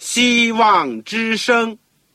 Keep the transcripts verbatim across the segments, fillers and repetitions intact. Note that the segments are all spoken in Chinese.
希望之声。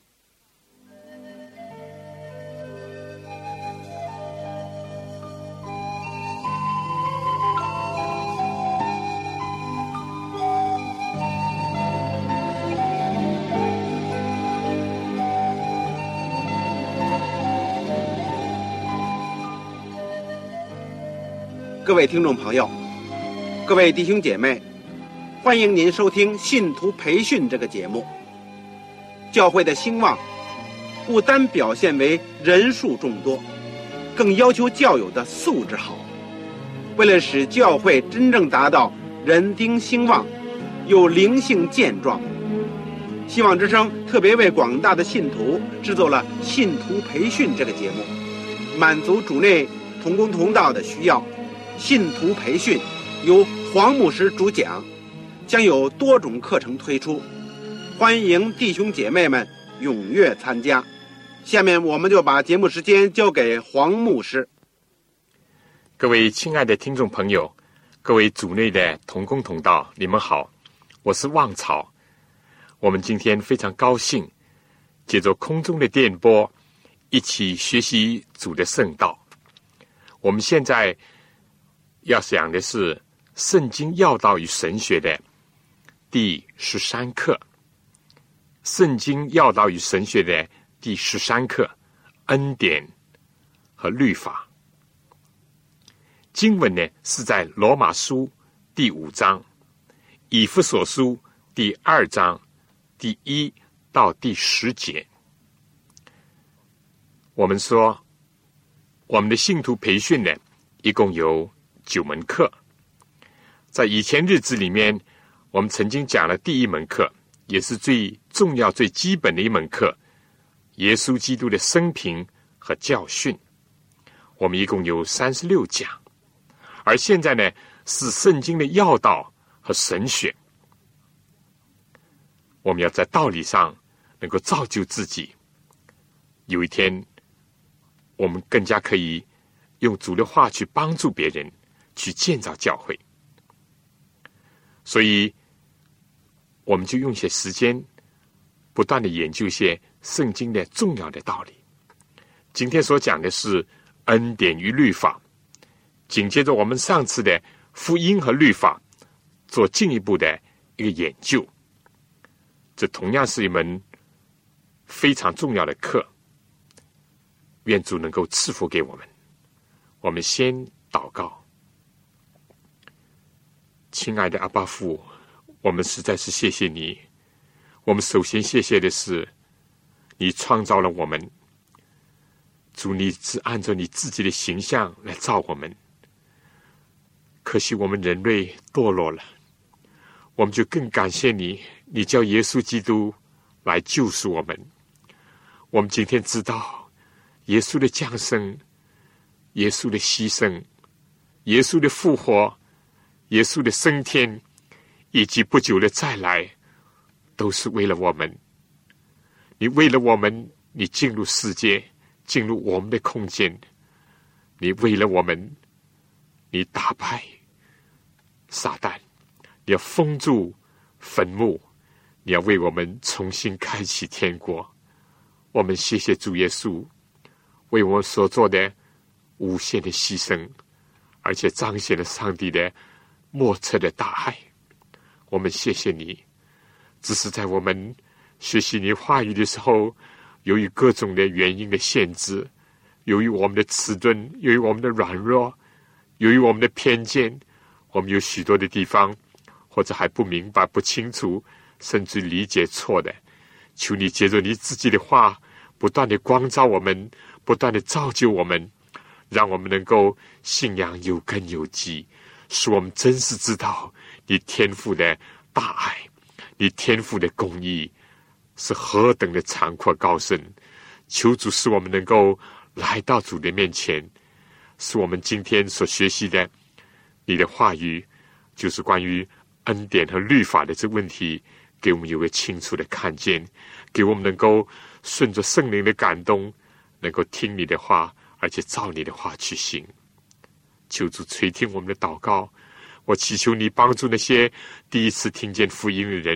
各位听众朋友，各位弟兄姐妹，欢迎您收听信徒培训这个节目。教会的兴旺不单表现为人数众多，更要求教友的素质好。为了使教会真正达到人丁兴旺又灵性健壮，希望之声特别为广大的信徒制作了信徒培训这个节目，满足主内同工同道的需要。信徒培训由黄牧师主讲，将有多种课程推出，欢迎弟兄姐妹们踊跃参加。下面我们就把节目时间交给黄牧师。 各位亲爱的听众朋友，各位主内的同工同道，你们好，我是旺草。我们今天非常高兴借着空中的电波一起学习主的圣道。我们现在要讲的是圣经要道与神学的第十三课，圣经要道与神学的第十三课，恩典和律法。经文呢是在罗马书第五章、以弗所书第二章第一到第十节。我们说我们的信徒培训呢一共有九门课。在以前日子里面，我们曾经讲了第一门课，也是最重要最基本的一门课，耶稣基督的生平和教训。我们一共有三十六讲。而现在呢是圣经的要道和神学。我们要在道理上能够造就自己，有一天我们更加可以用主的话去帮助别人，去建造教会。所以我们就用些时间不断的研究一些圣经的重要的道理。今天所讲的是恩典与律法，紧接着我们上次的福音和律法做进一步的一个研究。这同样是一门非常重要的课，愿主能够赐福给我们。我们先祷告。亲爱的阿爸父，我们实在是谢谢你。我们首先谢谢的是你创造了我们，主，你是按照你自己的形象来造我们。可惜我们人类堕落了，我们就更感谢你，你叫耶稣基督来救赎我们。我们今天知道耶稣的降生，耶稣的牺牲，耶稣的复活，耶稣的升天，以及不久的再来，都是为了我们。你为了我们，你进入世界，进入我们的空间。你为了我们，你打败撒旦，你要封住坟墓，你要为我们重新开启天国。我们谢谢主耶稣为我们所做的无限的牺牲，而且彰显了上帝的莫测的大爱。我们谢谢你，只是在我们学习你话语的时候，由于各种的原因的限制，由于我们的迟钝，由于我们的软弱，由于我们的偏见，我们有许多的地方或者还不明白不清楚，甚至理解错的。求你借着你自己的话不断的光照我们，不断的造就我们，让我们能够信仰有根有基，使我们真是知道你天父的大爱，你天父的公义是何等的长阔高深。求主使我们能够来到主的面前，使我们今天所学习的你的话语，就是关于恩典和律法的这问题，给我们有个清楚的看见，给我们能够顺着圣灵的感动，能够听你的话，而且照你的话去行。求主垂听我们的祷告，我祈求你帮助那些第一次听见福音的人，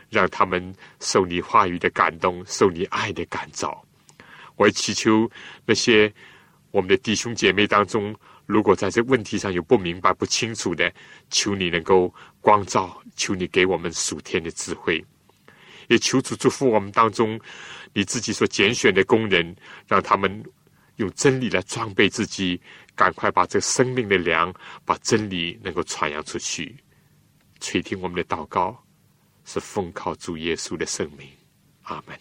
让他们受你话语的感动，受你爱的感召。我也祈求那些我们的弟兄姐妹当中，如果在这问题上有不明白、不清楚的，求你能够光照，求你给我们属天的智慧，也求主祝福我们当中你自己所拣选的工人，让他们用真理来装备自己，赶快把这生命的粮，把真理能够传扬出去。垂听我们的祷告，是奉靠主耶稣的圣名，阿们。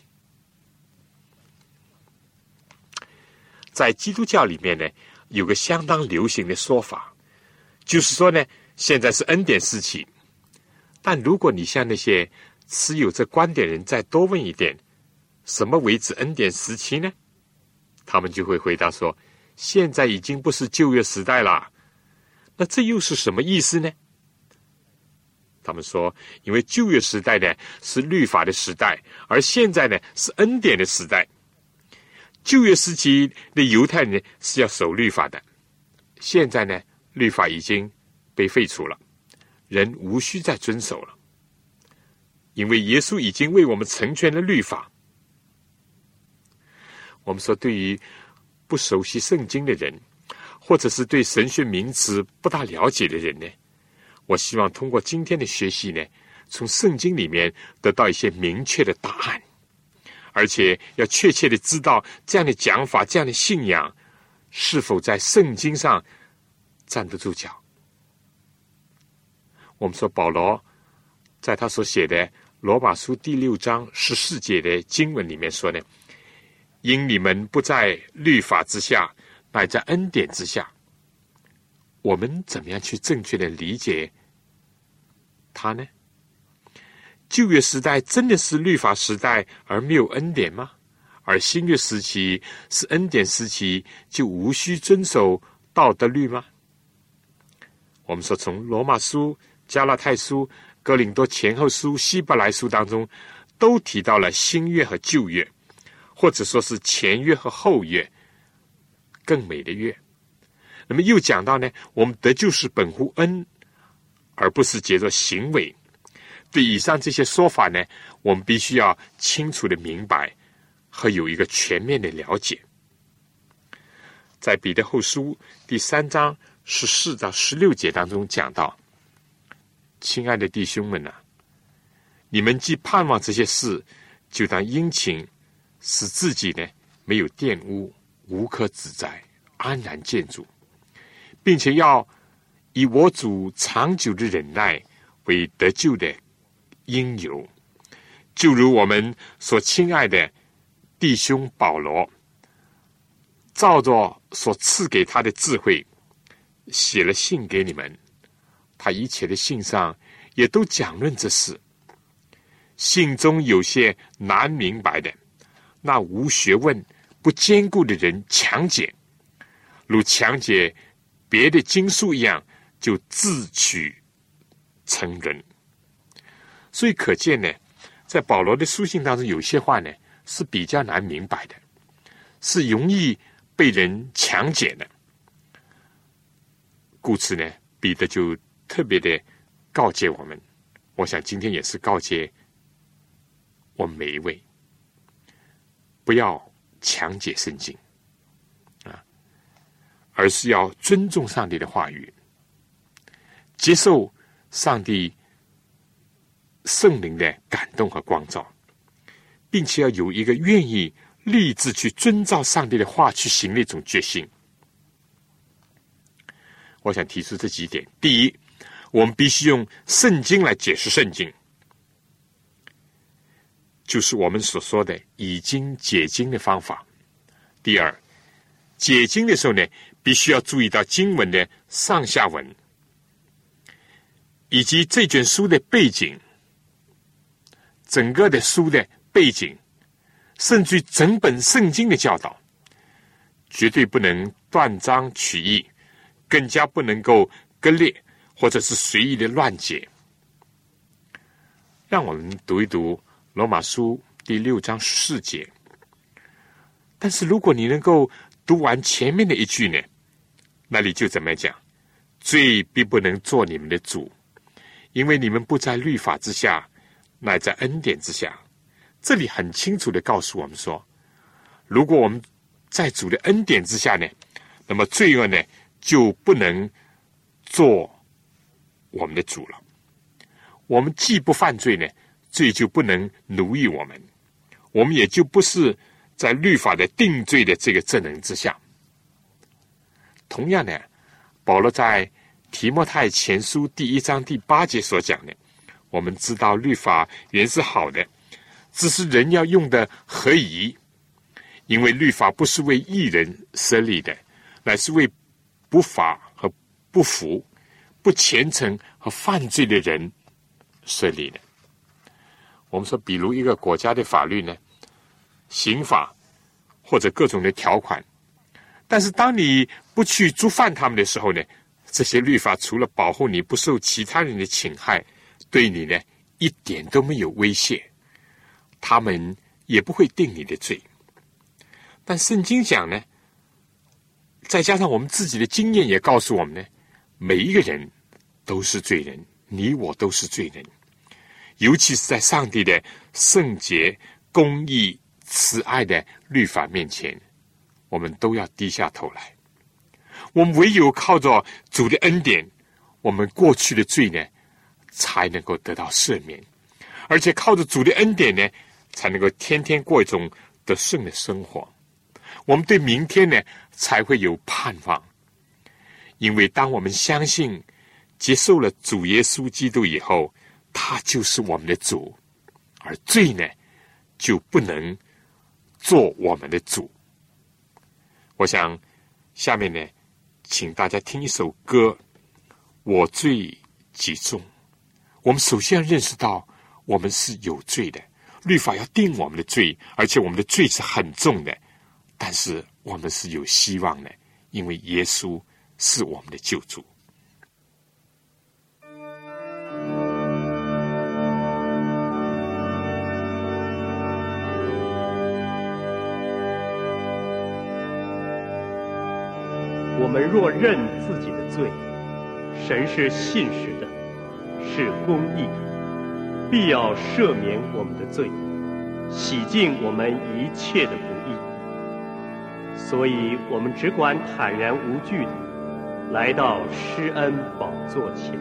在基督教里面呢，有个相当流行的说法，就是说呢，现在是恩典时期，但如果你向那些持有这观点人再多问一点，什么为止恩典时期呢？他们就会回答说，现在已经不是旧约时代了。那这又是什么意思呢？他们说，因为旧约时代呢是律法的时代，而现在呢是恩典的时代。旧约时期的犹太人是要守律法的，现在呢律法已经被废除了，人无需再遵守了，因为耶稣已经为我们成全了律法。我们说，对于不熟悉圣经的人，或者是对神学名词不大了解的人呢，我希望通过今天的学习呢，从圣经里面得到一些明确的答案，而且要确切的知道这样的讲法、这样的信仰是否在圣经上站得住脚。我们说，保罗在他所写的罗马书第六章十四节的经文里面说呢，因你们不在律法之下，乃在恩典之下。我们怎么样去正确的理解它呢？旧约时代真的是律法时代而没有恩典吗？而新约时期是恩典时期，就无需遵守道德律吗？我们说，从罗马书、加拉太书、哥林多前后书、希伯来书当中，都提到了新约和旧约，或者说是前约和后约，更美的约。那么又讲到呢，我们得救是本乎恩，而不是借着行为。对以上这些说法呢，我们必须要清楚的明白和有一个全面的了解。在彼得后书第三章十四到十六节当中讲到，亲爱的弟兄们啊，你们既盼望这些事，就当殷勤，使自己呢没有玷污，无可指摘，安然见主，并且要以我主长久的忍耐为得救的因由，就如我们所亲爱的弟兄保罗，照着所赐给他的智慧，写了信给你们。他一切的信上也都讲论这事。信中有些难明白的，那无学问、不坚固的人强解，如强解别的经书一样，就自取成人。所以可见呢，在保罗的书信当中，有些话呢是比较难明白的，是容易被人强解的。故此呢，彼得就特别的告诫我们，我想今天也是告诫我们每一位，不要强解圣经啊，而是要尊重上帝的话语，接受上帝圣灵的感动和光照，并且要有一个愿意立志去遵照上帝的话去行的一种决心。我想提出这几点：第一，我们必须用圣经来解释圣经，就是我们所说的以经解经的方法。第二，解经的时候呢，必须要注意到经文的上下文，以及这卷书的背景，整个的书的背景，甚至整本圣经的教导，绝对不能断章取义，更加不能够割裂或者是随意的乱解。让我们读一读罗马书第六章十四节。但是如果你能够读完前面的一句呢，那里就怎么讲？罪必不能做你们的主，因为你们不在律法之下， 乃在恩典之下。这里很清楚地告诉我们说，如果我们在主的恩典之下呢，那么罪恶呢就不能做我们的主了。我们既不犯罪呢，罪就不能奴役我们，我们也就不是在律法的定罪的这个责任之下。同样呢，保罗在提摩太前书第一章第八节所讲的，我们知道律法原是好的，只是人要用的合宜，因为律法不是为义人设立的，乃是为不法和不服、不虔诚和犯罪的人设立的。我们说，比如一个国家的法律呢，刑法或者各种的条款，但是当你不去触犯他们的时候呢，这些律法除了保护你不受其他人的侵害，对你呢一点都没有威胁，他们也不会定你的罪。但圣经讲呢，再加上我们自己的经验也告诉我们呢，每一个人都是罪人，你我都是罪人，尤其是在上帝的圣洁、公义、慈爱的律法面前，我们都要低下头来。我们唯有靠着主的恩典，我们过去的罪呢才能够得到赦免，而且靠着主的恩典呢，才能够天天过一种得胜的生活。我们对明天呢才会有盼望，因为当我们相信接受了主耶稣基督以后，他就是我们的主，而罪呢就不能做我们的主。我想下面呢请大家听一首歌，我罪极重。我们首先要认识到我们是有罪的，律法要定我们的罪，而且我们的罪是很重的，但是我们是有希望的，因为耶稣是我们的救主。 我们若认自己的罪，神是信实的，是公义的，必要赦免我们的罪，洗净我们一切的不义。所以我们只管坦然无惧的来到施恩宝座前。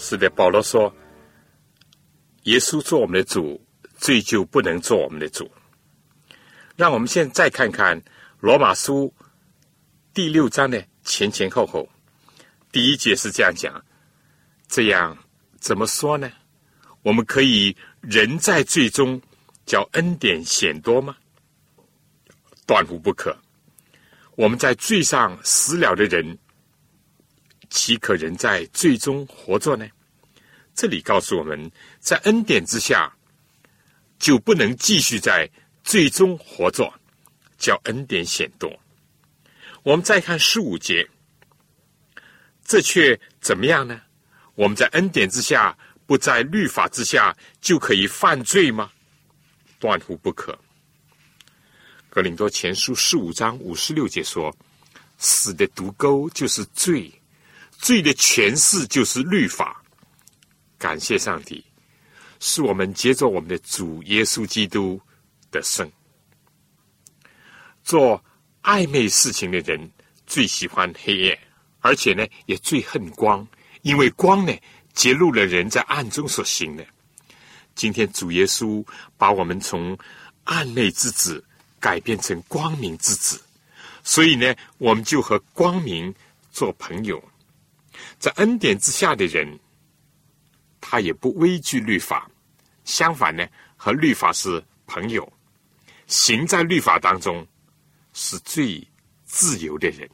是的，保罗说，耶稣做我们的主，罪就不能做我们的主。让我们现在再看看罗马书第六章的前前后后。第一节是这样讲，这样怎么说呢？我们可以人在罪中，叫恩典显多吗？断乎不可。我们在罪上死了的人，岂可人在罪中活着呢？这里告诉我们，在恩典之下，就不能继续在罪中活着，叫恩典显多。我们再看十五节，这却怎么样呢？我们在恩典之下，不在律法之下，就可以犯罪吗？断乎不可。哥林多前书十五章五十六节说，死的毒钩就是罪，罪的权势就是律法。感谢上帝，是我们接着我们的主耶稣基督的生。做暧昧事情的人最喜欢黑夜，而且呢也最恨光，因为光呢揭露了人在暗中所行的。今天主耶稣把我们从暗昧之子改变成光明之子，所以呢我们就和光明做朋友。在恩典之下的人，他也不畏惧律法，相反呢和律法是朋友，行在律法当中是最自由的人。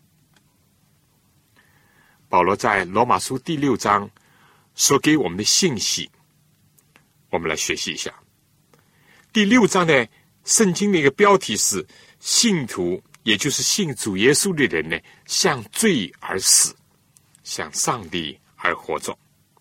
保罗在罗马书第六章所给我们的信息，我们来学习一下。第六章的圣经的一个标题是信徒，也就是信主耶稣的人呢，向罪而死，向上帝而活着。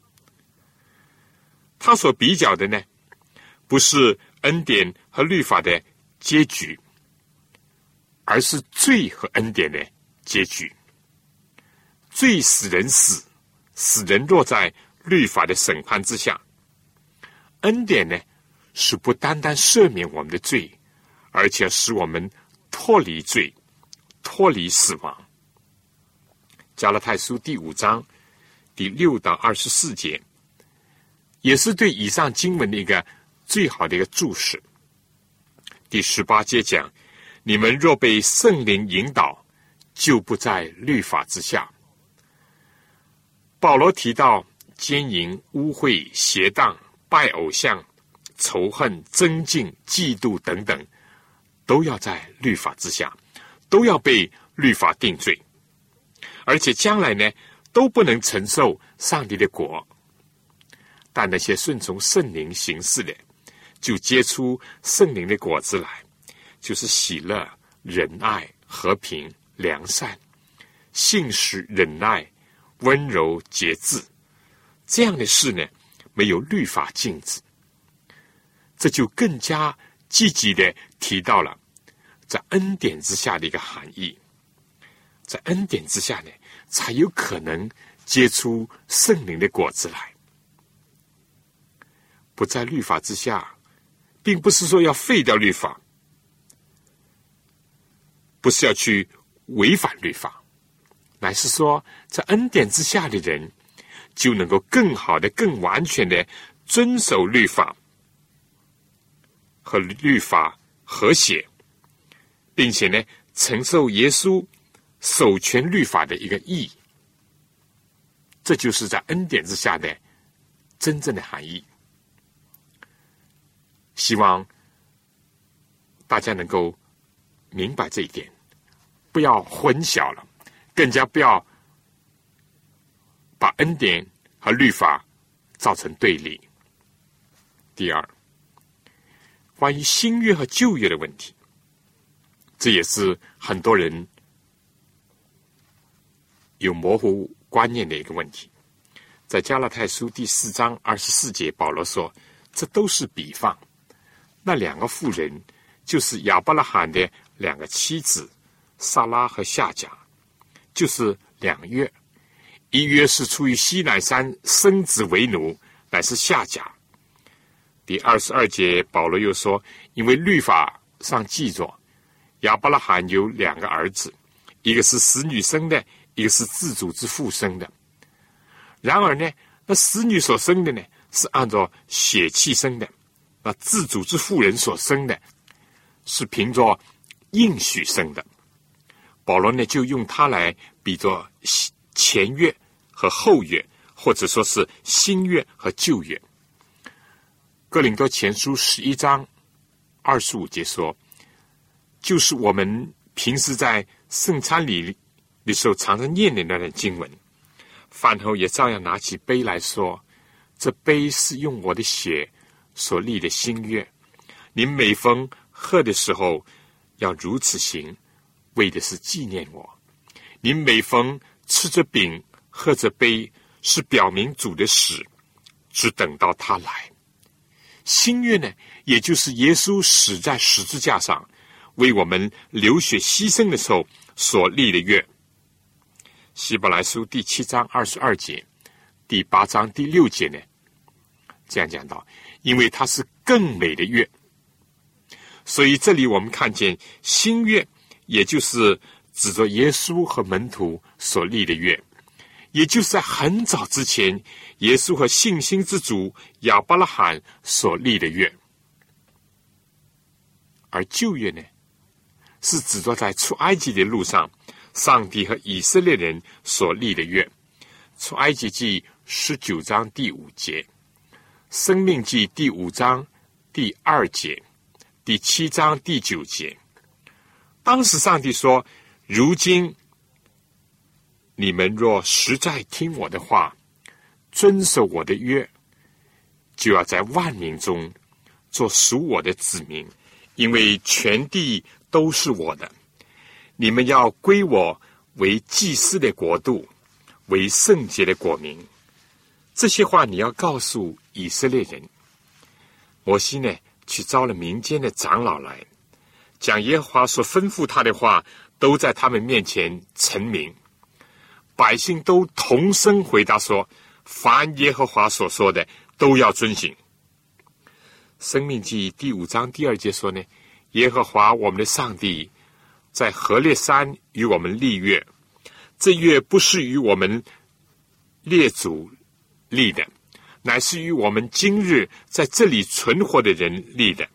他所比较的呢，不是恩典和律法的结局，而是罪和恩典的结局。罪使人死，使人落在律法的审判之下。恩典呢，是不单单赦免我们的罪，而且使我们脱离罪，脱离死亡。加拉太书第五章第六到二十四节，也是对以上经文的一个最好的一个注释。第十八节讲，你们若被圣灵引导，就不在律法之下。保罗提到奸淫、污秽、邪荡、拜偶像、仇恨、争竞、嫉妒等等，都要在律法之下，都要被律法定罪，而且将来呢都不能承受上帝的国。但那些顺从圣灵行事的，就结出圣灵的果子来，就是喜乐、仁爱、和平、良善、信实、忍耐、温柔、节制。这样的事呢，没有律法禁止。这就更加积极的提到了在恩典之下的一个含义。在恩典之下呢，才有可能结出圣灵的果子来。不在律法之下，并不是说要废掉律法，不是要去违反律法，乃是说在恩典之下的人就能够更好的、更完全的遵守律法，和律法和谐，并且呢承受耶稣守全律法的一个意义。这就是在恩典之下的真正的含义。希望大家能够明白这一点，不要混淆了，更加不要把恩典和律法造成对立。第二，关于新约和旧约的问题，这也是很多人有模糊观念的一个问题。在加拉太书第四章二十四节，保罗说，这都是比方。那两个妇人就是亚伯拉罕的两个妻子撒拉和夏甲，就是两约。一约是出于西乃山生子为奴，乃是夏甲。第二十二节保罗又说，因为律法上记着亚伯拉罕有两个儿子，一个是使女生的，一个是自主之父生的。然而呢， 那使女所生的呢，是按照血气生的；那自主之妇人所生的，是凭着应许生的。保罗呢，就用它来比作前约和后约，或者说是新约和旧约。哥林多前书十一章二十五节说，就是我们平时在圣餐礼的时候常常念的那段经文，饭后也照样拿起杯来说，这杯是用我的血所立的新约，你每逢喝的时候要如此行，为的是纪念我。你每逢吃着饼喝着杯，是表明主的死，只等到他来。新约呢，也就是耶稣死在十字架上为我们流血牺牲的时候所立的约。希伯来书第七章二十二节，第八章第六节呢，这样讲到，因为它是更美的约。所以这里我们看见新约，也就是指着耶稣和门徒所立的约，也就是在很早之前耶稣和信心之主亚伯拉罕所立的约。而旧约呢，是指着在出埃及的路上上帝和以色列人所立的约。出埃及记十九章第五节，生命记第五章第二节，第七章第九节。当时上帝说，如今你们若实在听我的话，遵守我的约，就要在万民中做属我的子民，因为全地都是我的。你们要归我为祭司的国度，为圣洁的国民。这些话你要告诉以色列人。摩西呢，去招了民间的长老来，将耶和华所吩咐他的话都在他们面前陈明。百姓都同声回答说，凡耶和华所说的都要遵行。生命记第五章第二节说呢，耶和华我们的上帝在何烈山与我们立约，这约不是与我们列祖立的，乃是与我们今日在这里存活的人立的。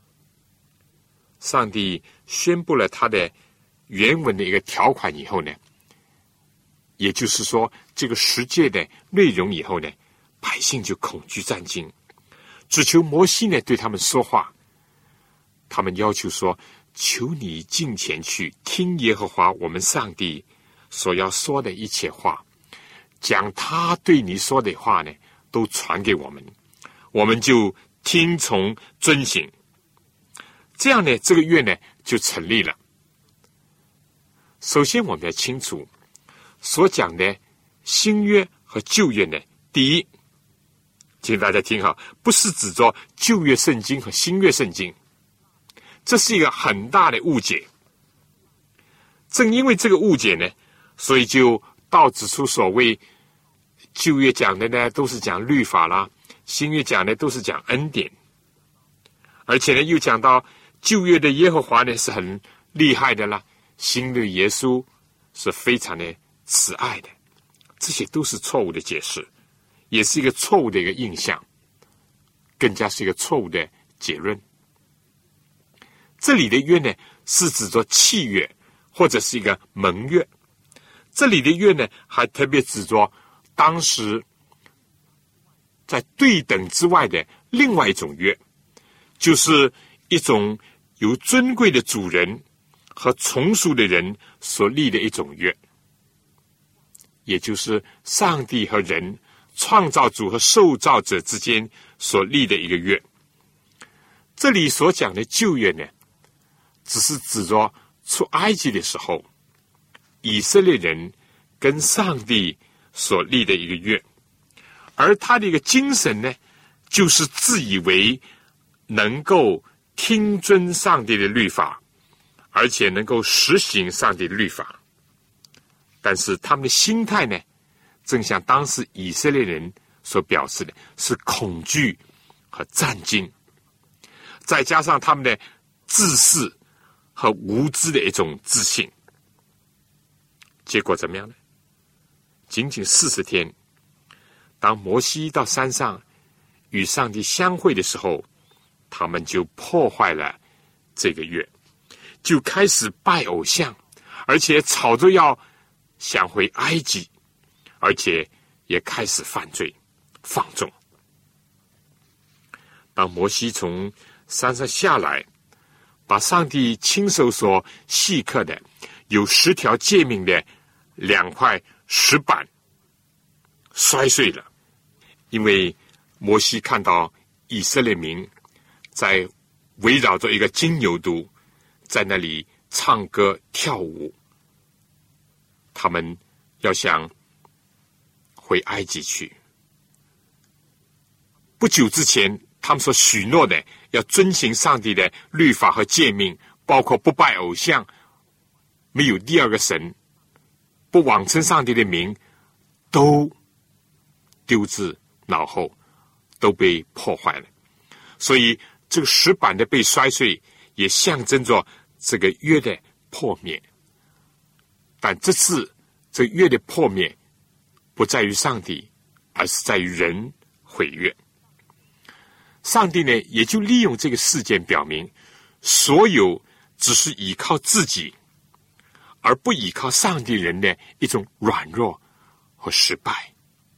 上帝宣布了他的原文的一个条款以后呢，也就是说这个十诫的内容以后呢，百姓就恐惧战惊，只求摩西呢对他们说话。他们要求说，求你近前去听耶和华我们上帝所要说的一切话，将他对你说的话呢都传给我们，我们就听从遵行。这样呢，这个约呢就成立了。首先我们要清楚所讲的新约和旧约呢，第一，请大家听好，不是指着旧约圣经和新约圣经，这是一个很大的误解。正因为这个误解呢，所以就导致出所谓旧约讲的呢都是讲律法啦，新约讲的都是讲恩典，而且呢又讲到旧约的耶和华呢是很厉害的啦，新约耶稣是非常的慈爱的，这些都是错误的解释，也是一个错误的一个印象，更加是一个错误的结论。这里的约呢是指着契约或者是一个盟约，这里的约呢还特别指着当时在对等之外的另外一种约，就是一种由尊贵的主人和从属的人所立的一种约，也就是上帝和人、创造主和受造者之间所立的一个约。这里所讲的旧约呢，只是指着出埃及的时候以色列人跟上帝所立的一个约，而他的一个精神呢，就是自以为能够听遵上帝的律法，而且能够实行上帝的律法。但是他们的心态呢，正像当时以色列人所表示的，是恐惧和战惊，再加上他们的自私和无知的一种自信，结果怎么样呢？仅仅四十天， 当摩西到山上与上帝相会的时候，他们就破坏了这个约，就开始拜偶像，而且吵着要想回埃及，而且也开始犯罪放纵。当摩西从山上下来，把上帝亲手所细刻的有十条诫命的两块石板摔碎了，因为摩西看到以色列民在围绕着一个金牛犊，在那里唱歌跳舞，他们要想回埃及去。不久之前他们所许诺的要遵行上帝的律法和诫命，包括不拜偶像，没有第二个神，不妄称上帝的名，都丢至脑后，都被破坏了。所以这个石板的被摔碎，也象征着这个约的破灭。但这次这约的破灭不在于上帝，而是在于人毁约。上帝呢，也就利用这个事件表明，所有只是依靠自己而不依靠上帝人的一种软弱和失败。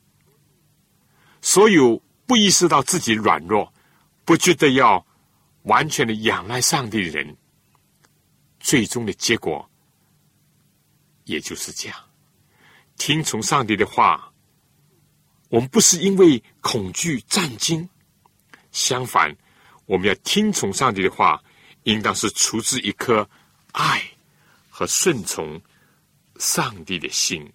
所有不意识到自己软弱，不觉得要完全的仰赖上帝的人，最终的结果也就是这样。听从上帝的话，我们不是因为恐惧战惊，相反，我们要听从上帝的话，应当是出自一颗爱和顺从上帝的心。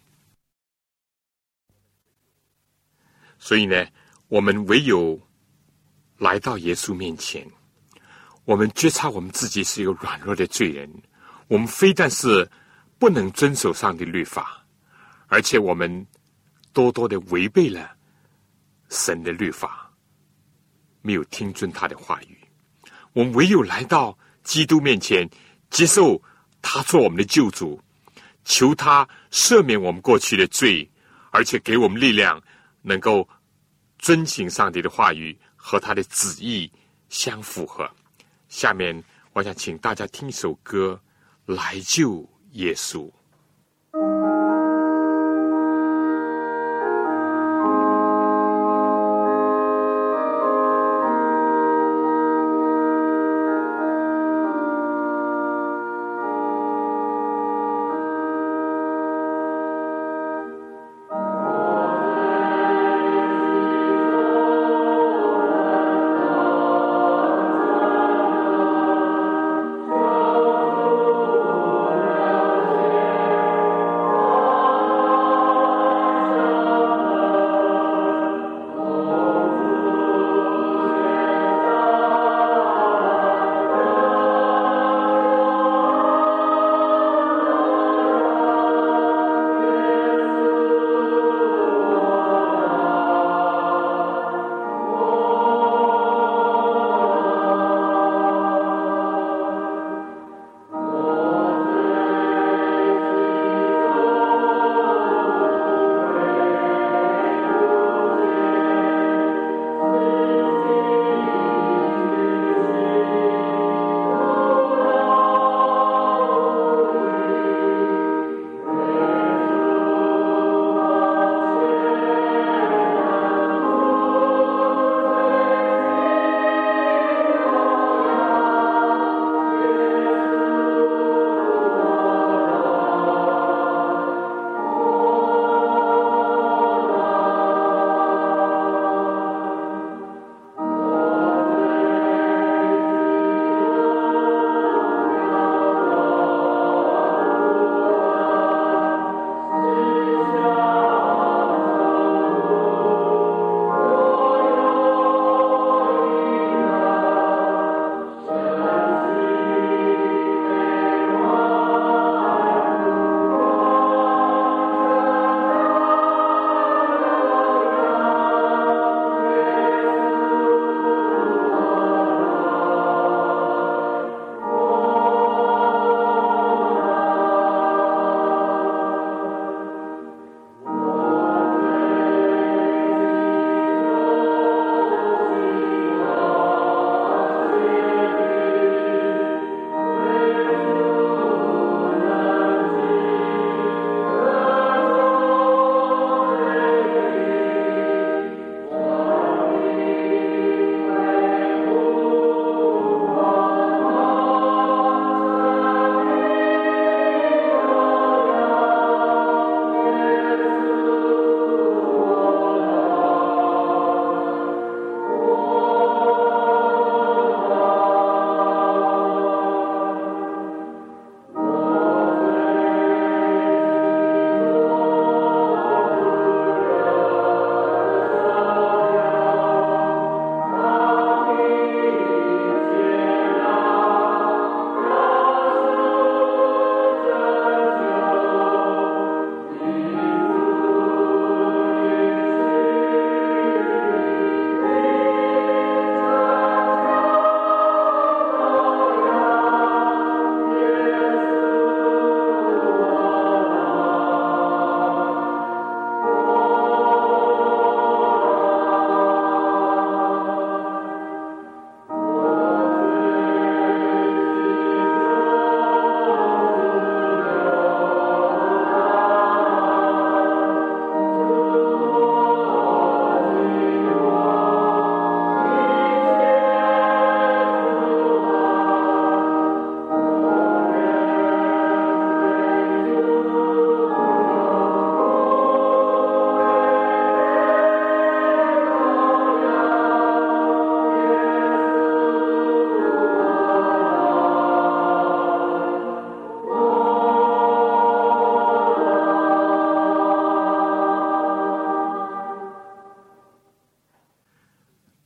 所以呢，我们唯有来到耶稣面前，我们觉察我们自己是一个软弱的罪人，我们非但是不能遵守上帝律法，而且我们多多的违背了神的律法，没有听遵他的话语。我们唯有来到基督面前，接受他做我们的救主，求他赦免我们过去的罪，而且给我们力量，能够遵行上帝的话语和他的旨意相符合。下面我想请大家听一首歌，来救耶稣。 Oh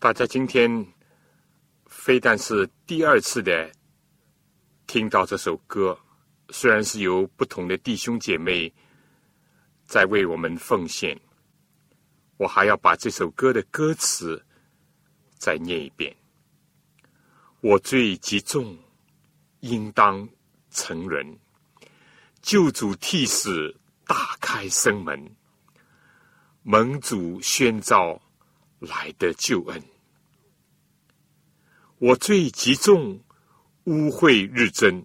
大家今天非但是第二次的听到这首歌，虽然是由不同的弟兄姐妹在为我们奉献，我还要把这首歌的歌词再念一遍。我罪极重，应当成人，救主替死，大开生门，蒙主宣召来的救恩。我罪极重，污秽日增，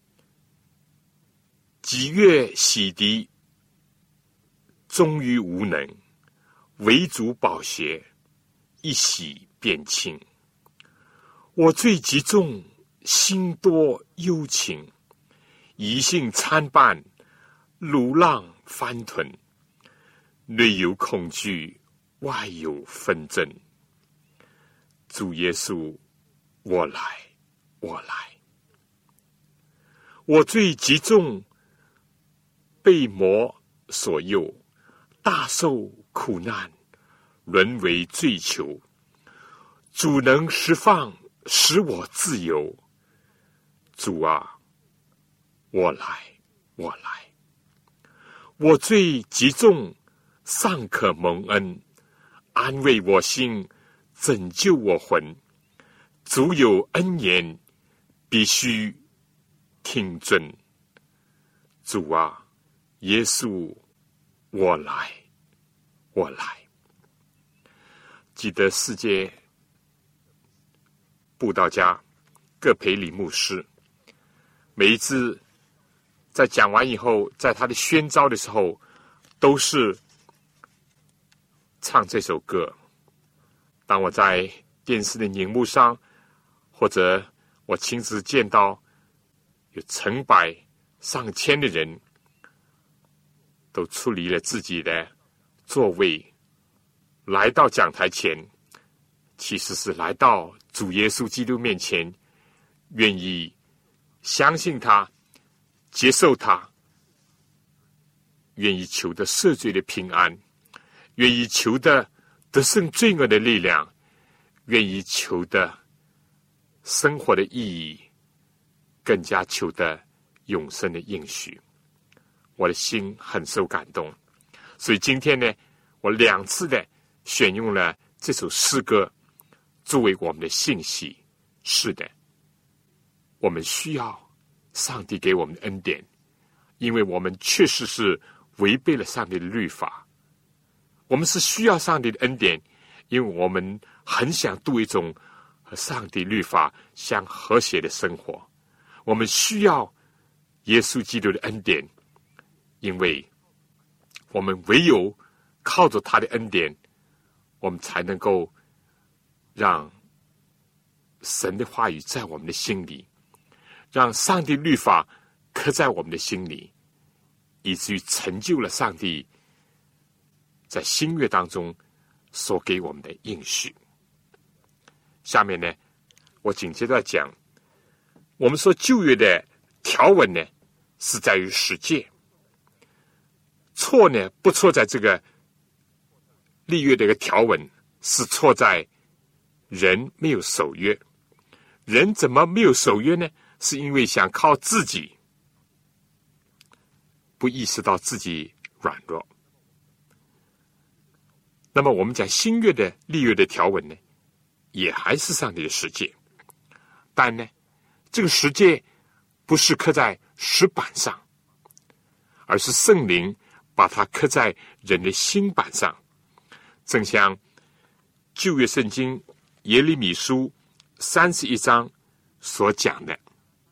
几月洗涤，终于无能，唯主宝血，一洗便清。我罪极重，心多忧情，疑性参半，鲁浪翻腾，内有恐惧，外有纷争。主耶稣，我来，我来。我罪极重，被魔所诱，大受苦难，沦为罪囚。主能释放，使我自由。主啊，我来，我来。我罪极重，尚可蒙恩，安慰我心，拯救我魂。主有恩言，必须听遵。主啊，耶稣，我来，我来。记得世界布道家各培理牧师，每一次在讲完以后，在他的宣召的时候，都是唱这首歌。当我在电视的荧幕上，或者我亲自见到有成百上千的人都出离了自己的座位，来到讲台前，其实是来到主耶稣基督面前，愿意相信他，接受他，愿意求得赦罪的平安，愿意求得得胜罪恶的力量，愿意求得生活的意义，更加求得永生的应许。我的心很受感动，所以今天呢，我两次的选用了这首诗歌作为我们的信息。是的，我们需要上帝给我们的恩典，因为我们确实是违背了上帝的律法。我们是需要上帝的恩典，因为我们很想度一种和上帝律法相和谐的生活。我们需要耶稣基督的恩典，因为我们唯有靠着他的恩典，我们才能够让神的话语在我们的心里，让上帝律法刻在我们的心里，以至于成就了上帝在新约当中所给我们的应许。下面呢，我紧接着讲，我们说旧约的条文呢，是在于十诫，错呢不错在这个立约的一个条文，是错在人没有守约。人怎么没有守约呢？是因为想靠自己，不意识到自己软弱。那么我们讲新约的立约的条文呢，也还是上帝的十诫，但呢，这个十诫不是刻在石板上，而是圣灵把它刻在人的心板上。正像旧约圣经耶利米书三十一章所讲的，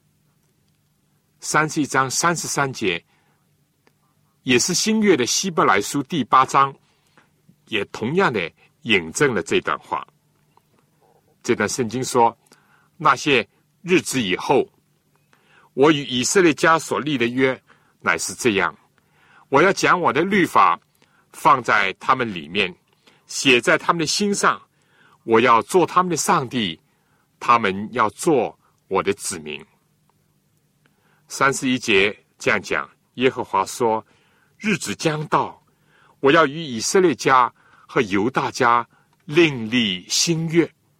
三十一章三十三节，也是新约的希伯来书第八章，也同样的引证了这段话。这段圣经说，那些日子以后，我与以色列家所立的约乃是这样，我要将我的律法放在他们里面，写在他们的心上，我要做他们的上帝，他们要做我的子民。三十一节这样讲，耶和华说，日子将到，我要与以色列家和犹大家另立新约。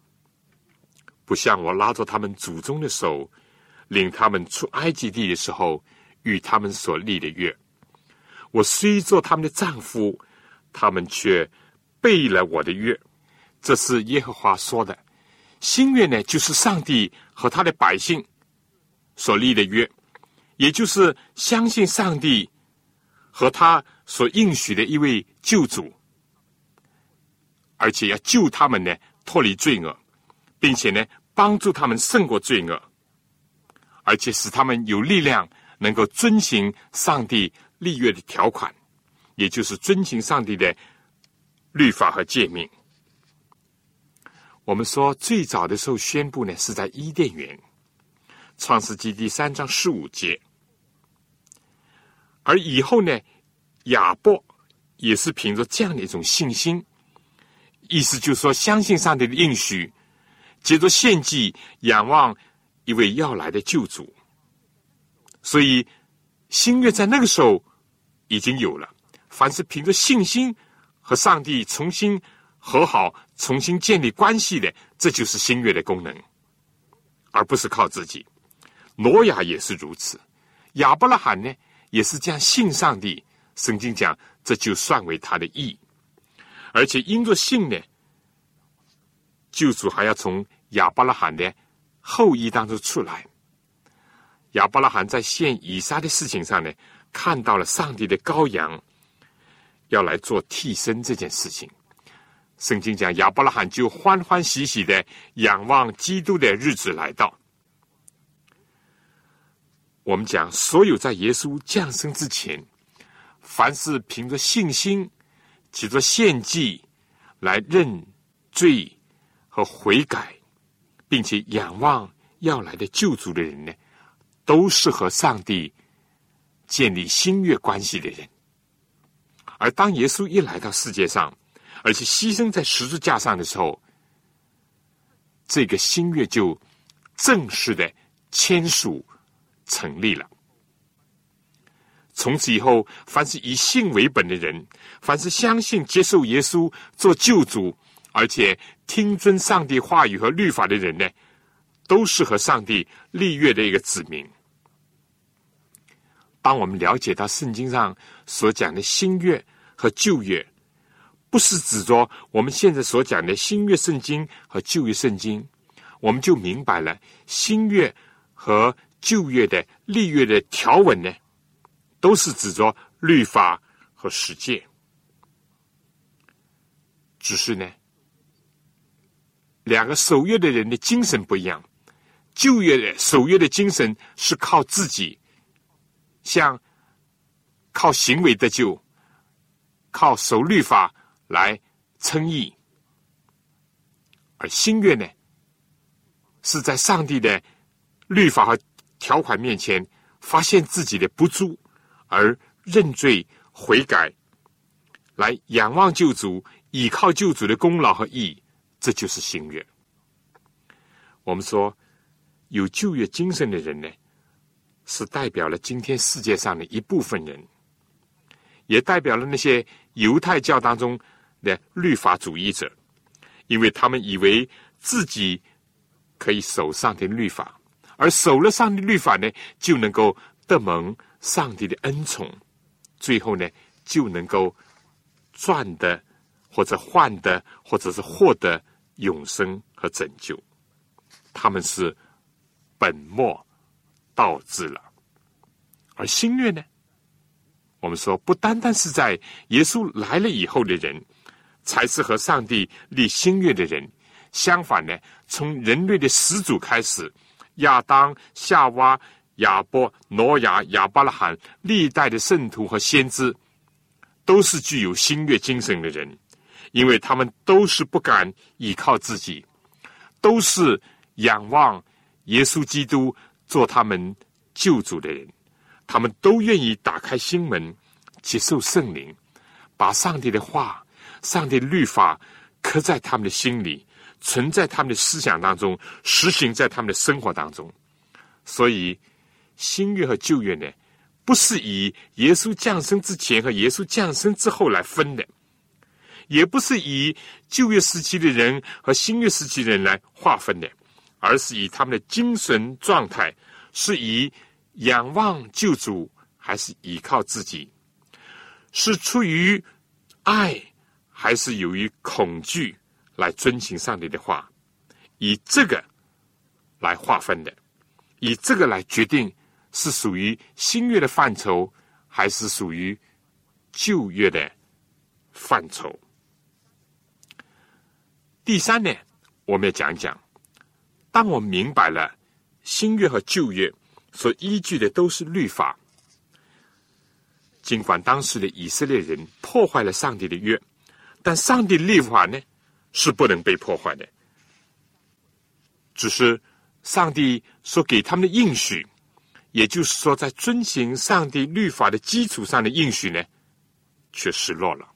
不像我拉着他们祖宗的手，领他们出埃及地的时候与他们所立的约。我虽做他们的丈夫，他们却背了我的约。这是耶和华说的。新约呢，就是上帝和他的百姓所立的约，也就是相信上帝和他所应许的一位救主，而且要救他们呢脱离罪恶，并且呢帮助他们胜过罪恶，而且使他们有力量能够遵行上帝立约的条款，也就是遵行上帝的律法和诫命。我们说最早的时候宣布呢是在伊甸园，创世纪第三章十五节，而以后呢亚伯也是凭着这样的一种信心，意思就是说相信上帝的应许，接着献祭仰望一位要来的救主。所以新约在那个时候已经有了，凡是凭着信心和上帝重新和好，重新建立关系的，这就是新约的功能，而不是靠自己。挪亚也是如此，亚伯拉罕呢也是这样信上帝，圣经讲这就算为他的义。而且因着信呢，救主还要从亚伯拉罕的后裔当中出来。亚伯拉罕在献以撒的事情上呢，看到了上帝的羔羊要来做替身这件事情。圣经讲亚伯拉罕就欢欢喜喜的仰望基督的日子来到。我们讲所有在耶稣降生之前，凡是凭着信心起着献祭来认罪和悔改，并且仰望要来的救主的人呢，都是和上帝建立新约关系的人。而当耶稣一来到世界上，而且牺牲在十字架上的时候，这个新约就正式的签署成立了。从此以后，凡是以信为本的人，凡是相信接受耶稣做救主，而且听遵上帝话语和律法的人呢，都是和上帝立约的一个子民。当我们了解到圣经上所讲的新约和旧约，不是指着我们现在所讲的新约圣经和旧约圣经，我们就明白了新约和旧约的立约的条文呢，都是指着律法和实践。只是呢，两个守约的人的精神不一样。旧约的守约的精神是靠自己，像靠行为得救，靠守律法来称义。而新约呢，是在上帝的律法和条款面前发现自己的不足，而认罪悔改，来仰望救主，倚靠救主的功劳和义，这就是新约。我们说有旧约精神的人呢，是代表了今天世界上的一部分人，也代表了那些犹太教当中的律法主义者，因为他们以为自己可以守上帝的律法，而守了上帝律法呢，就能够得蒙上帝的恩宠，最后呢就能够赚得或者换得或者是获得永生和拯救。他们是本末倒置了。而新约呢，我们说不单单是在耶稣来了以后的人才是和上帝立新约的人，相反呢，从人类的始祖开始，亚当、夏娃、亚伯、挪亚、亚伯拉罕，历代的圣徒和先知，都是具有新约精神的人，因为他们都是不敢依靠自己，都是仰望耶稣基督做他们救主的人，他们都愿意打开心门，接受圣灵，把上帝的话、上帝的律法刻在他们的心里，存在他们的思想当中，实行在他们的生活当中。所以新约和旧约呢，不是以耶稣降生之前和耶稣降生之后来分的，也不是以旧约时期的人和新约时期的人来划分的， 而是以他们的精神状态是以仰望救主，还是依靠自己，是出于爱还是由于恐惧来遵行上帝的话，以这个来划分的，以这个来决定是属于新约的范畴，还是属于旧约的范畴。第三呢，我们要讲讲，当我们明白了新约和旧约所依据的都是律法，尽管当时的以色列人破坏了上帝的约，但上帝的律法呢是不能被破坏的，只是上帝所给他们的应许，也就是说在遵行上帝律法的基础上的应许呢却失落了。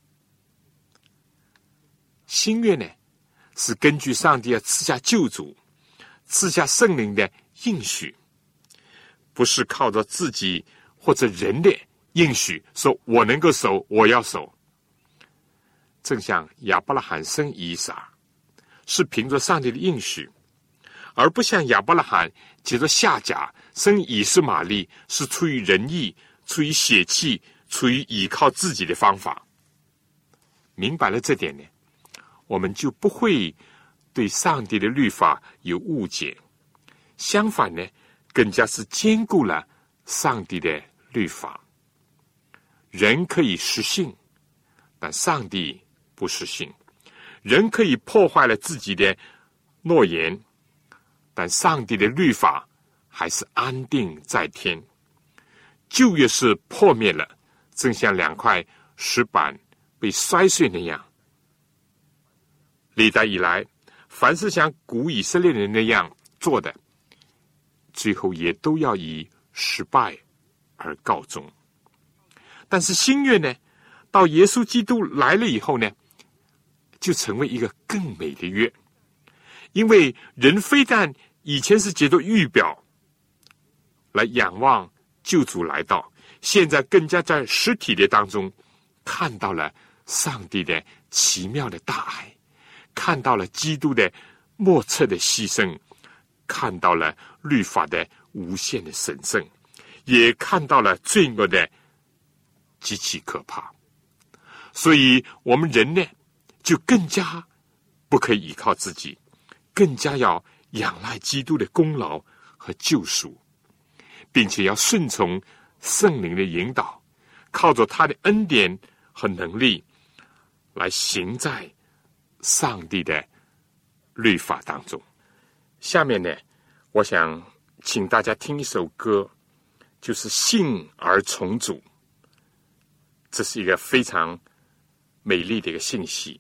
新约呢是根据上帝要赐下救主，赐下圣灵的应许，不是靠着自己或者人的应许说我能够守，我要守。正像亚伯拉罕生以撒是凭着上帝的应许，而不像亚伯拉罕接着夏甲生以实玛利是出于人意，出于血气，出于依靠自己的方法。明白了这点呢，我们就不会对上帝的律法有误解，相反呢，更加是兼顾了上帝的律法。人可以失信，但上帝不失信；人可以破坏了自己的诺言，但上帝的律法还是安定在天。旧约是破灭了，正像两块石板被摔碎那样。历代以来，凡是像古以色列人那样做的，最后也都要以失败而告终。但是新约呢，到耶稣基督来了以后呢，就成为一个更美的约。因为人非但以前是借着预表来仰望救主来到，现在更加在实体的当中看到了上帝的奇妙的大爱，看到了基督的莫测的牺牲，看到了律法的无限的神圣，也看到了罪恶的极其可怕。所以我们人呢，就更加不可以依靠自己，更加要仰赖基督的功劳和救赎，并且要顺从圣灵的引导，靠着他的恩典和能力来行在上帝的律法当中。下面呢，我想请大家听一首歌，就是信而从主。这是一个非常美丽的一个信息，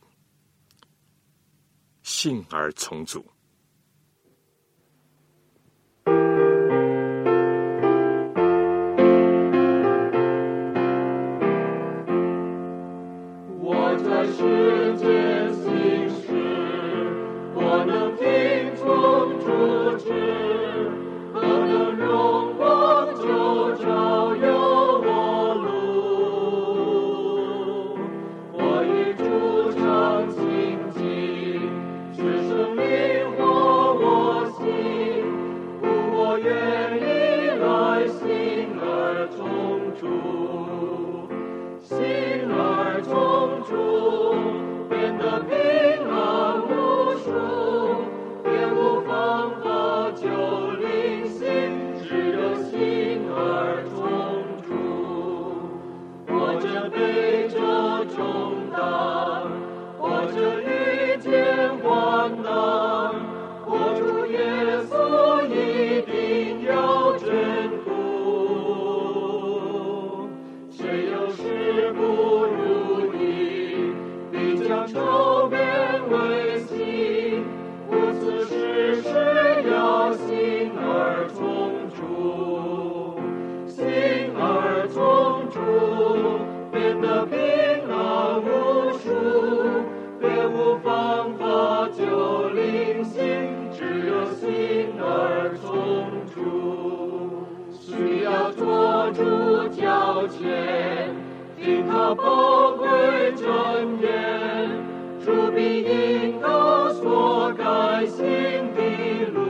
信而从主。 我在世间行事，我能听从主旨，何等荣光就照耀我路。我与主常亲近，是生命活我心，故我愿意来信而从主，信而从主，变得平安无数，别无方法救灵性，只有信而从主。我这背着重担，我这遇见患难，我主耶稣一定要眷顾。谁有事不如意，必将仇变为喜，无此事事要信而从主，信而从主，变得平安无数，别无方法救灵性，只有信而从主。需要做主脚前，听他宝贵真言，主必引导所该行的路。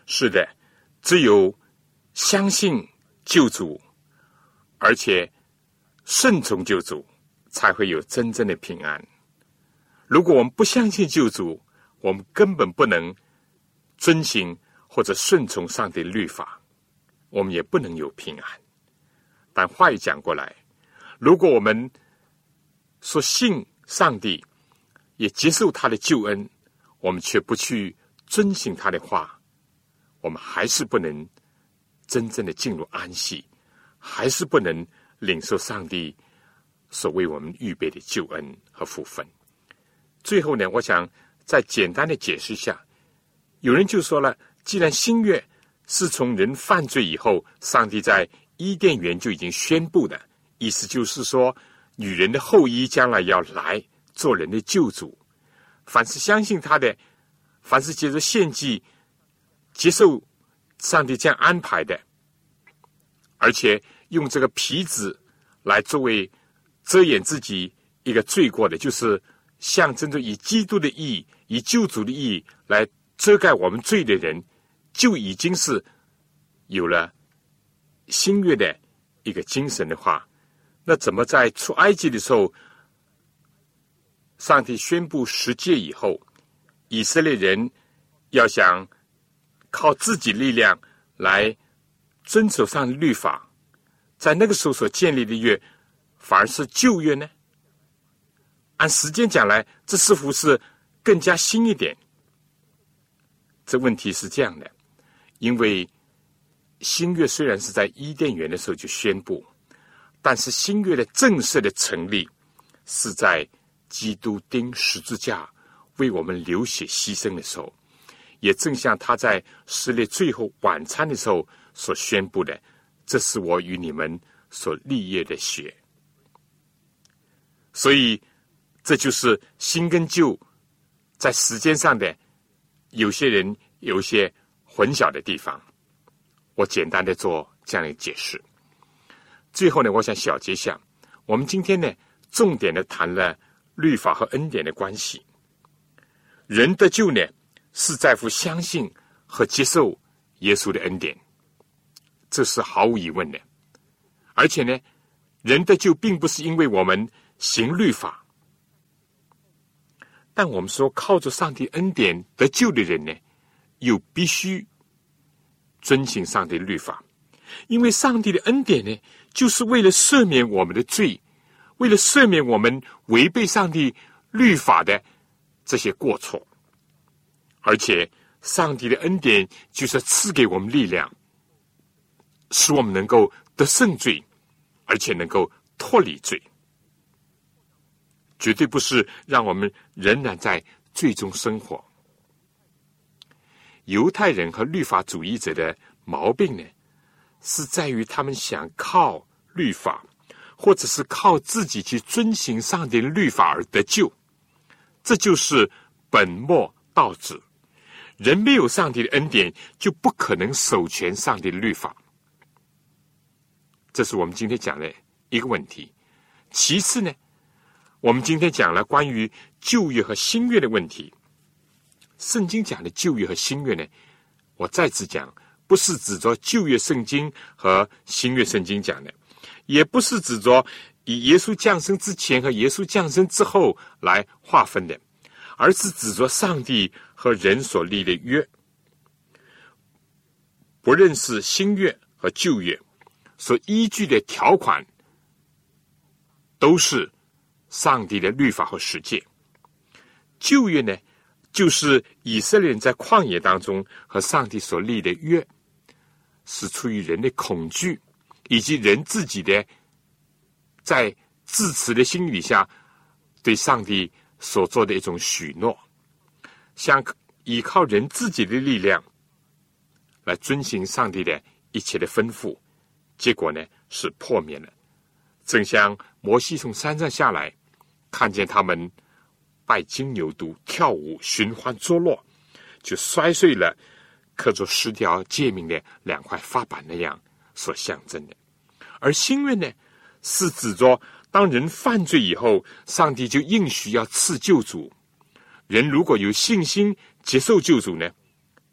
是的，只有相信救主，而且顺从救主，才会有真正的平安。如果我们不相信救主，我们根本不能遵行或者顺从上帝的律法，我们也不能有平安。但话又讲过来，如果我们说信上帝，也接受他的救恩，我们却不去遵行他的话，我们还是不能真正的进入安息，还是不能领受上帝所为我们预备的救恩和福分。最后呢，我想再简单的解释一下，有人就说了，既然新约是从人犯罪以后，上帝在伊甸园就已经宣布的，意思就是说，女人的后裔将来要来做人的救主，凡是相信他的，凡是接着献祭接受上帝这样安排的，而且用这个皮子来作为遮掩自己一个罪过的，就是象征着以基督的义，以救主的义来遮盖我们罪的人，就已经是有了新约的一个精神的话，那怎么在出埃及的时候，上帝宣布十诫以后，以色列人要想靠自己力量来遵守上帝律法，在那个时候所建立的约反而是旧约呢？按时间讲来，这似乎是更加新一点。这问题是这样的，因为新约虽然是在伊甸园的时候就宣布，但是新约的正式的成立是在基督钉十字架为我们流血牺牲的时候，也正像他在撕裂最后晚餐的时候所宣布的，这是我与你们所立业的血。所以这就是新跟旧在时间上的有些人有些混淆的地方，我简单的做这样的解释。最后呢，我想小结下，我们今天呢重点的谈了律法和恩典的关系。人得救呢是在乎相信和接受耶稣的恩典，这是毫无疑问的。而且呢，人得救并不是因为我们行律法，但我们说靠着上帝恩典得救的人呢，又必须遵行上帝的律法，因为上帝的恩典呢，就是为了赦免我们的罪，为了赦免我们违背上帝律法的这些过错。而且上帝的恩典就是赐给我们力量，使我们能够得胜罪，而且能够脱离罪，绝对不是让我们仍然在罪中生活。犹太人和律法主义者的毛病呢，是在于他们想靠律法，或者是靠自己去遵行上帝的律法而得救，这就是本末倒置。人没有上帝的恩典，就不可能守全上帝的律法。这是我们今天讲的一个问题。其次呢，我们今天讲了关于旧约和新约的问题。圣经讲的旧约和新约呢，我再次讲，不是指着旧约圣经和新约圣经讲的，也不是指着以耶稣降生之前和耶稣降生之后来划分的，而是指着上帝和人所立的约。不论是新约和旧约所依据的条款，都是上帝的律法和实践。旧约呢，就是以色列人在旷野当中和上帝所立的约，是出于人的恐惧，以及人自己的在自持的心理下对上帝所做的一种许诺，想依靠人自己的力量来遵行上帝的一切的吩咐，结果呢是破灭了。正像摩西从山上下来，看见他们拜金牛犊、跳舞、寻欢作乐，就摔碎了刻着十条诫命的两块法板那样所象征的。而新约呢，是指着当人犯罪以后，上帝就应许要赐救主。人如果有信心接受救主呢，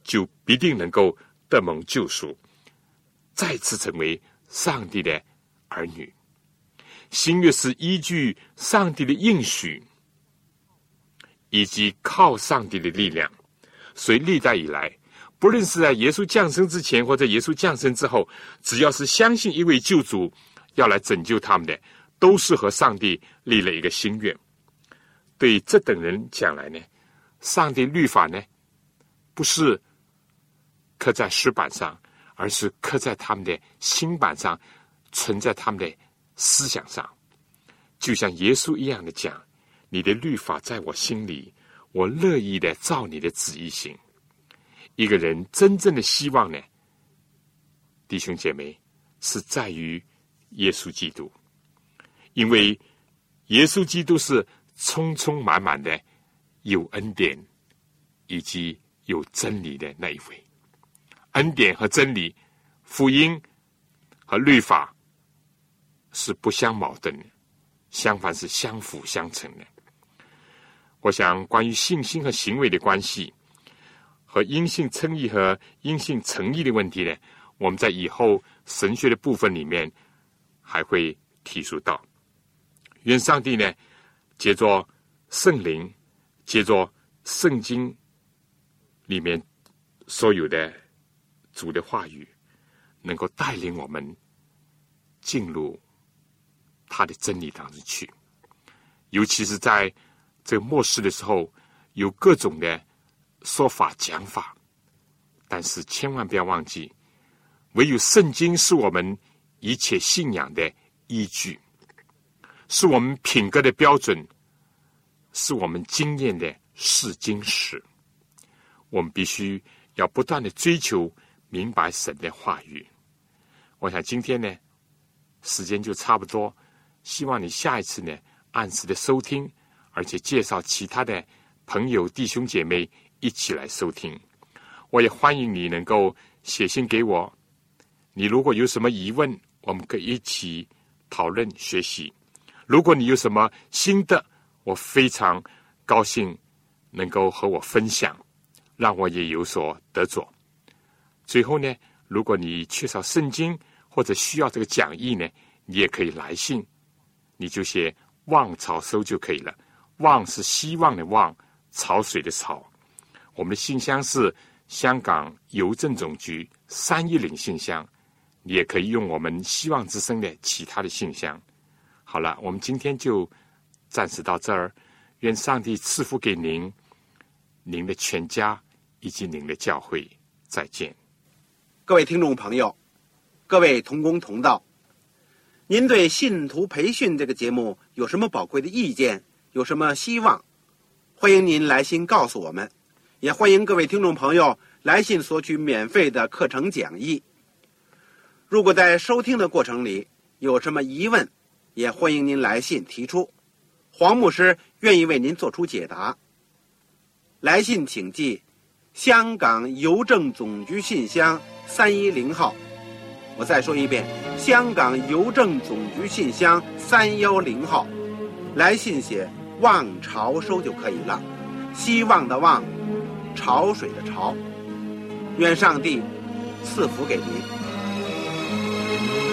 就必定能够得蒙救赎，再次成为上帝的儿女。新约是依据上帝的应许，以及靠上帝的力量，所以历代以来，不论是在耶稣降生之前或者耶稣降生之后，只要是相信一位救主要来拯救他们的，都是和上帝立了一个心愿。对这等人讲来呢，上帝律法呢，不是刻在石板上，而是刻在他们的心板上，存在他们的思想上。就像耶稣一样的讲，你的律法在我心里，我乐意的照你的旨意行。一个人真正的希望呢，弟兄姐妹，是在于耶稣基督，因为耶稣基督是充充满满的有恩典以及有真理的那一位。恩典和真理，福音和律法是不相矛盾的，相反是相辅相成的。我想关于信心和行为的关系，和因信称义和因信诚义的问题呢，我们在以后神学的部分里面还会提出到。愿上帝呢，借着圣灵，借着圣经里面所有的主的话语，能够带领我们进入他的真理当中去。尤其是在这个末世的时候，有各种的说法讲法，但是千万不要忘记，唯有圣经是我们一切信仰的依据，是我们品格的标准，是我们经验的试金石。我们必须要不断的追求明白神的话语。我想今天呢，时间就差不多，希望你下一次呢按时的收听，而且介绍其他的朋友弟兄姐妹一起来收听。我也欢迎你能够写信给我，你如果有什么疑问，我们可以一起讨论学习。如果你有什么心得，我非常高兴能够和我分享，让我也有所得着。最后呢，如果你缺少圣经或者需要这个讲义呢，你也可以来信，你就写望潮收就可以了。望是希望的望，潮水的潮。我们的信箱是香港邮政总局三一零信箱，你也可以用我们希望之声的其他的信箱。好了，我们今天就暂时到这儿，愿上帝赐福给您、您的全家以及您的教会。再见。 各位听众朋友，各位同工同道，您对信徒培训这个节目有什么宝贵的意见，有什么希望，欢迎您来信告诉我们，也欢迎各位听众朋友来信索取免费的课程讲义。如果在收听的过程里有什么疑问，也欢迎您来信提出，黄牧师愿意为您做出解答。来信请寄香港邮政总局信箱三一零号。我再说一遍，香港邮政总局信箱三幺零号。来信写望潮收就可以了，希望的望，潮水的潮。愿上帝赐福给您。